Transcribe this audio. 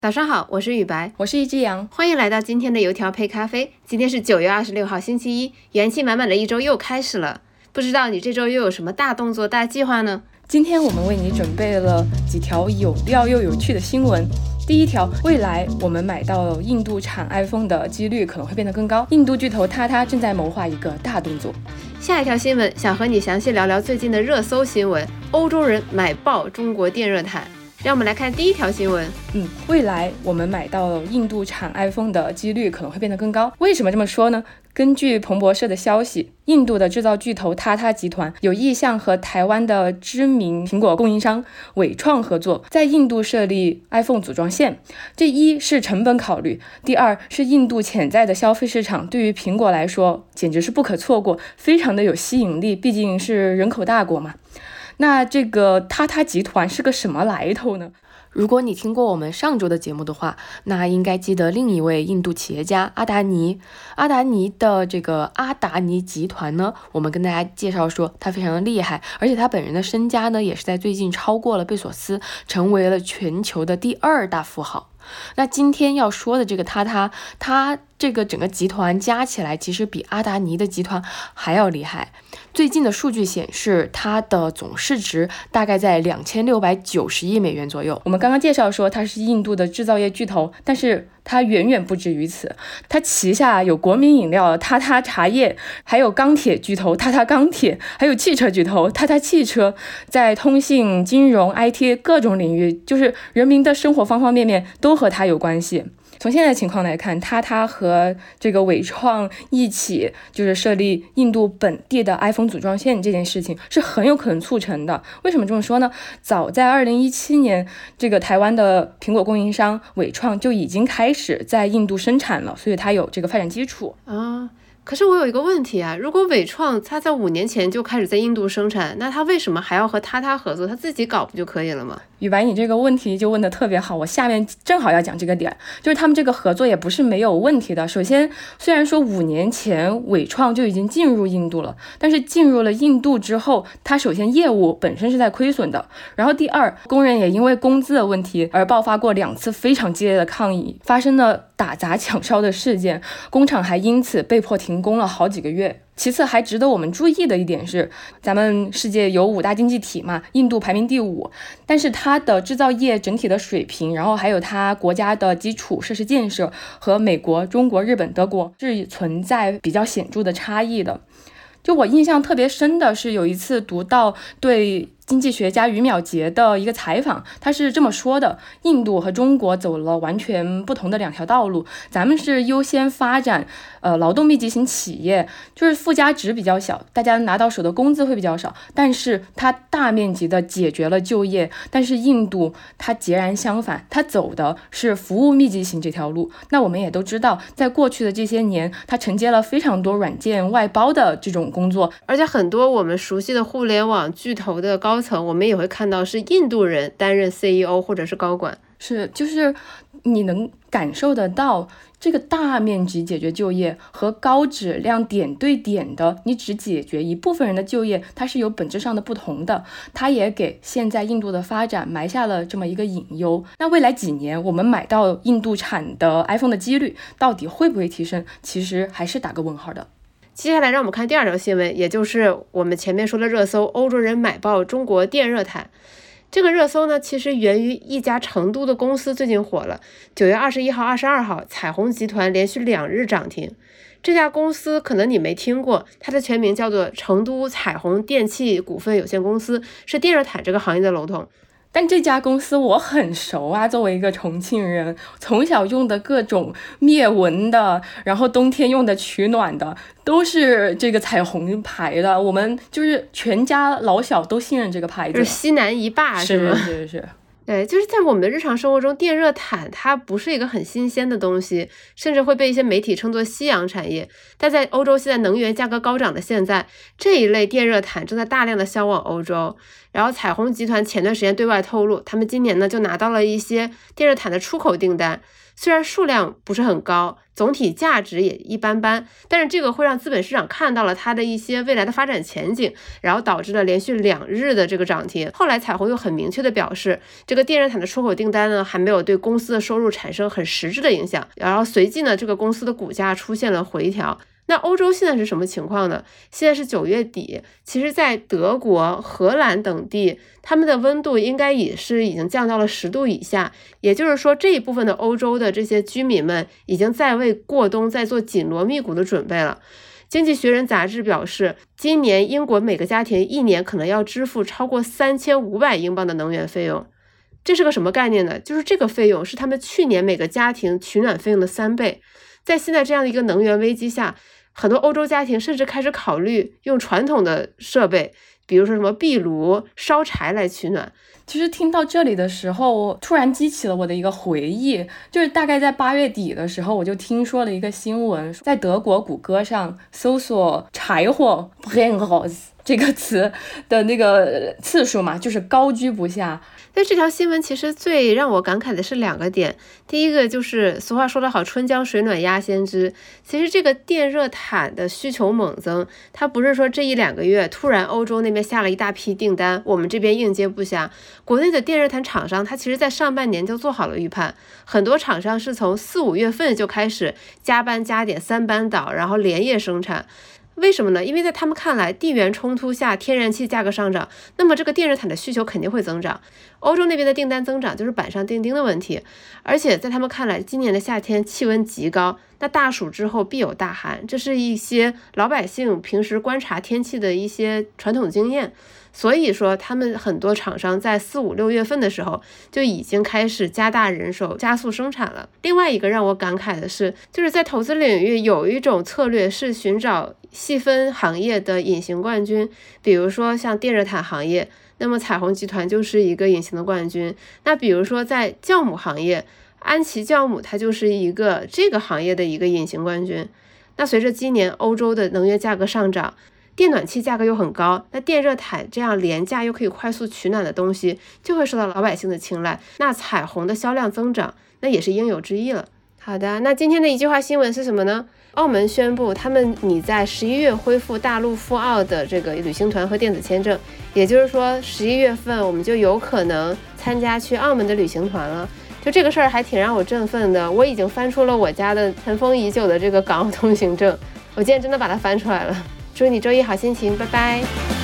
早上好，我是雨白， 我是一只羊， 欢迎来到今天的油条配咖啡。今天是9月26号星期一，元气满满的一周又开始了。不知道你这周又有什么大动作、大计划呢？ 今天我们为你准备了几条有料又有趣的新闻。第一条，未来我们买到印度产 iPhone 的几率可能会变得更高。印度巨头TATA正在谋划一个大动作。 下一条新闻，想和你详细聊聊最近的热搜新闻：欧洲人买爆中国电热毯。让我们来看第一条新闻。 未来我们买到印度产 iPhone 的几率可能会变得更高。为什么这么说呢？根据彭博社的消息，印度的制造巨头TATA集团有意向和台湾的知名苹果供应商伟创合作，在印度设立 iPhone 组装线。这一是成本考虑，第二是印度潜在的消费市场对于苹果来说简直是不可错过，非常的有吸引力，毕竟是人口大国嘛。那这个TATA集团是个什么来头呢？ 如果你听过我们上周的节目的话，那应该记得另一位印度企业家阿达尼。阿达尼的这个阿达尼集团呢，我们跟大家介绍说他非常的厉害，而且他本人的身家呢也是在最近超过了贝索斯，成为了全球的第2大富豪。那今天要说的这个他这个整个集团加起来其实比阿达尼的集团还要厉害。最近的数据显示，它的总市值大概在2690亿美元左右。 我们刚刚介绍说它是印度的制造业巨头，但是它远远不止于此。它旗下有国民饮料TATA茶叶，还有钢铁巨头TATA钢铁，还有汽车巨头TATA汽车，在通信、金融、IT 各种领域，就是人民的生活方方面面都和它有关系。从现在的情况来看，TATA和这个伟创一起就是设立印度本地的 iPhone 组装线这件事情是很有可能促成的。为什么这么说呢？早在2017年，这个台湾的苹果供应商伟创就已经开始在印度生产了，所以它有这个发展基础啊。可是我有一个问题啊，如果伟创它在5年前就开始在印度生产，那它为什么还要和TATA合作？它自己搞不就可以了吗？ 雨白，你这个问题就问得特别好，我下面正好要讲这个点，就是他们这个合作也不是没有问题的。首先，虽然说5年前伟创就已经进入印度了，但是进入了印度之后，它首先业务本身是在亏损的，然后第二，工人也因为工资的问题而爆发过2次非常激烈的抗议，发生了打砸抢烧的事件，工厂还因此被迫停工了好几个月。其次，还值得我们注意的一点是，咱们世界有5大经济体嘛，印度排名第5，但是它的制造业整体的水平，然后还有它国家的基础设施建设和美国、中国、日本、德国是存在比较显著的差异的。就我印象特别深的是，有一次读到对经济学家于淼杰的一个采访，他是这么说的：印度和中国走了完全不同的2条道路，咱们是优先发展劳动密集型企业，就是附加值比较小，大家拿到手的工资会比较少，但是它大面积的解决了就业。但是印度它截然相反，它走的是服务密集型这条路。那我们也都知道，在过去的这些年，它承接了非常多软件外包的这种工作， 而且很多我们熟悉的互联网巨头的高层，我们也会看到是印度人担任 CEO 或者是高管。 就是你能感受得到这个大面积解决就业和高质量点对点的你只解决一部分人的就业，它是有本质上的不同的。它也给现在印度的发展埋下了这么一个隐忧。那未来几年我们买到印度产的 iPhone 的几率到底会不会提升，其实还是打个问号的。 接下来让我们看第2条新闻，也就是我们前面说的热搜，欧洲人买爆中国电热毯。这个热搜呢，其实源于一家成都的公司最近火了。9月21号、22号，彩虹集团连续2日涨停。这家公司可能你没听过，它的全名叫做成都彩虹电器股份有限公司，是电热毯这个行业的龙头。 但这家公司我很熟啊，作为一个重庆人，从小用的各种灭蚊的，然后冬天用的取暖的，都是这个彩虹牌的。我们就是全家老小都信任这个牌子， 就是西南一霸是吗？ 是。 对，就是在我们的日常生活中，电热毯它不是一个很新鲜的东西，甚至会被一些媒体称作夕阳产业。但在欧洲现在能源价格高涨的现在，这一类电热毯正在大量的销往欧洲。然后彩虹集团前段时间对外透露，他们今年呢就拿到了一些电热毯的出口订单，虽然数量不是很高， 总体价值也一般般，但是这个会让资本市场看到了它的一些未来的发展前景，然后导致了连续2日的这个涨停。后来彩虹又很明确的表示，这个电热毯的出口订单呢还没有对公司的收入产生很实质的影响，然后随即呢这个公司的股价出现了回调。那欧洲现在是什么情况呢？现在是9月底，其实在德国、荷兰等地，他们的温度应该也是已经降到了10度以下，也就是说这一部分的欧洲的这些居民们已经在为过冬在做紧锣密鼓的准备了。经济学人杂志表示，今年英国每个家庭一年可能要支付超过3500英镑的能源费用。这是个什么概念呢？就是这个费用是他们去年每个家庭取暖费用的3倍。在现在这样的一个能源危机下，很多欧洲家庭甚至开始考虑用传统的设备，比如说什么壁炉、烧柴来取暖。 其实听到这里的时候，突然激起了我的一个回忆，就是大概在8月底的时候，我就听说了一个新闻，在德国谷歌上搜索柴火 Brennholz 这个词的那个次数嘛，就是高居不下。 但这条新闻其实最让我感慨的是2个点。第一个就是俗话说得好，春江水暖鸭先知。其实这个电热毯的需求猛增，它不是说这1-2个月突然欧洲那边下了一大批订单，我们这边应接不暇。国内的电热毯厂商它其实在上半年就做好了预判，很多厂商是从4-5月份就开始加班加点3班倒，然后连夜生产。为什么呢？因为在他们看来，地缘冲突下天然气价格上涨，那么这个电热毯的需求肯定会增长。欧洲那边的订单增长就是板上钉钉的问题，而且在他们看来，今年的夏天气温极高，那大暑之后必有大寒，这是一些老百姓平时观察天气的一些传统经验。所以说他们很多厂商在4-5-6月份的时候就已经开始加大人手，加速生产了。另外一个让我感慨的是，就是在投资领域有一种策略是寻找细分行业的隐形冠军，比如说像电热毯行业，那么彩虹集团就是一个隐形的冠军。那比如说在酵母行业，安琪酵母它就是一个这个行业的一个隐形冠军。那随着今年欧洲的能源价格上涨，电暖气价格又很高，那电热毯这样廉价又可以快速取暖的东西就会受到老百姓的青睐，那彩虹的销量增长那也是应有之义了。好的，那今天的一句话新闻是什么呢？澳门宣布他们拟在11月恢复大陆赴澳的这个旅行团和电子签证，也就是说11月份我们就有可能参加去澳门的旅行团了。就这个事儿还挺让我振奋的，我已经翻出了我家的尘封已久的这个港澳通行证，我今天真的把它翻出来了。祝你周一好心情，拜拜。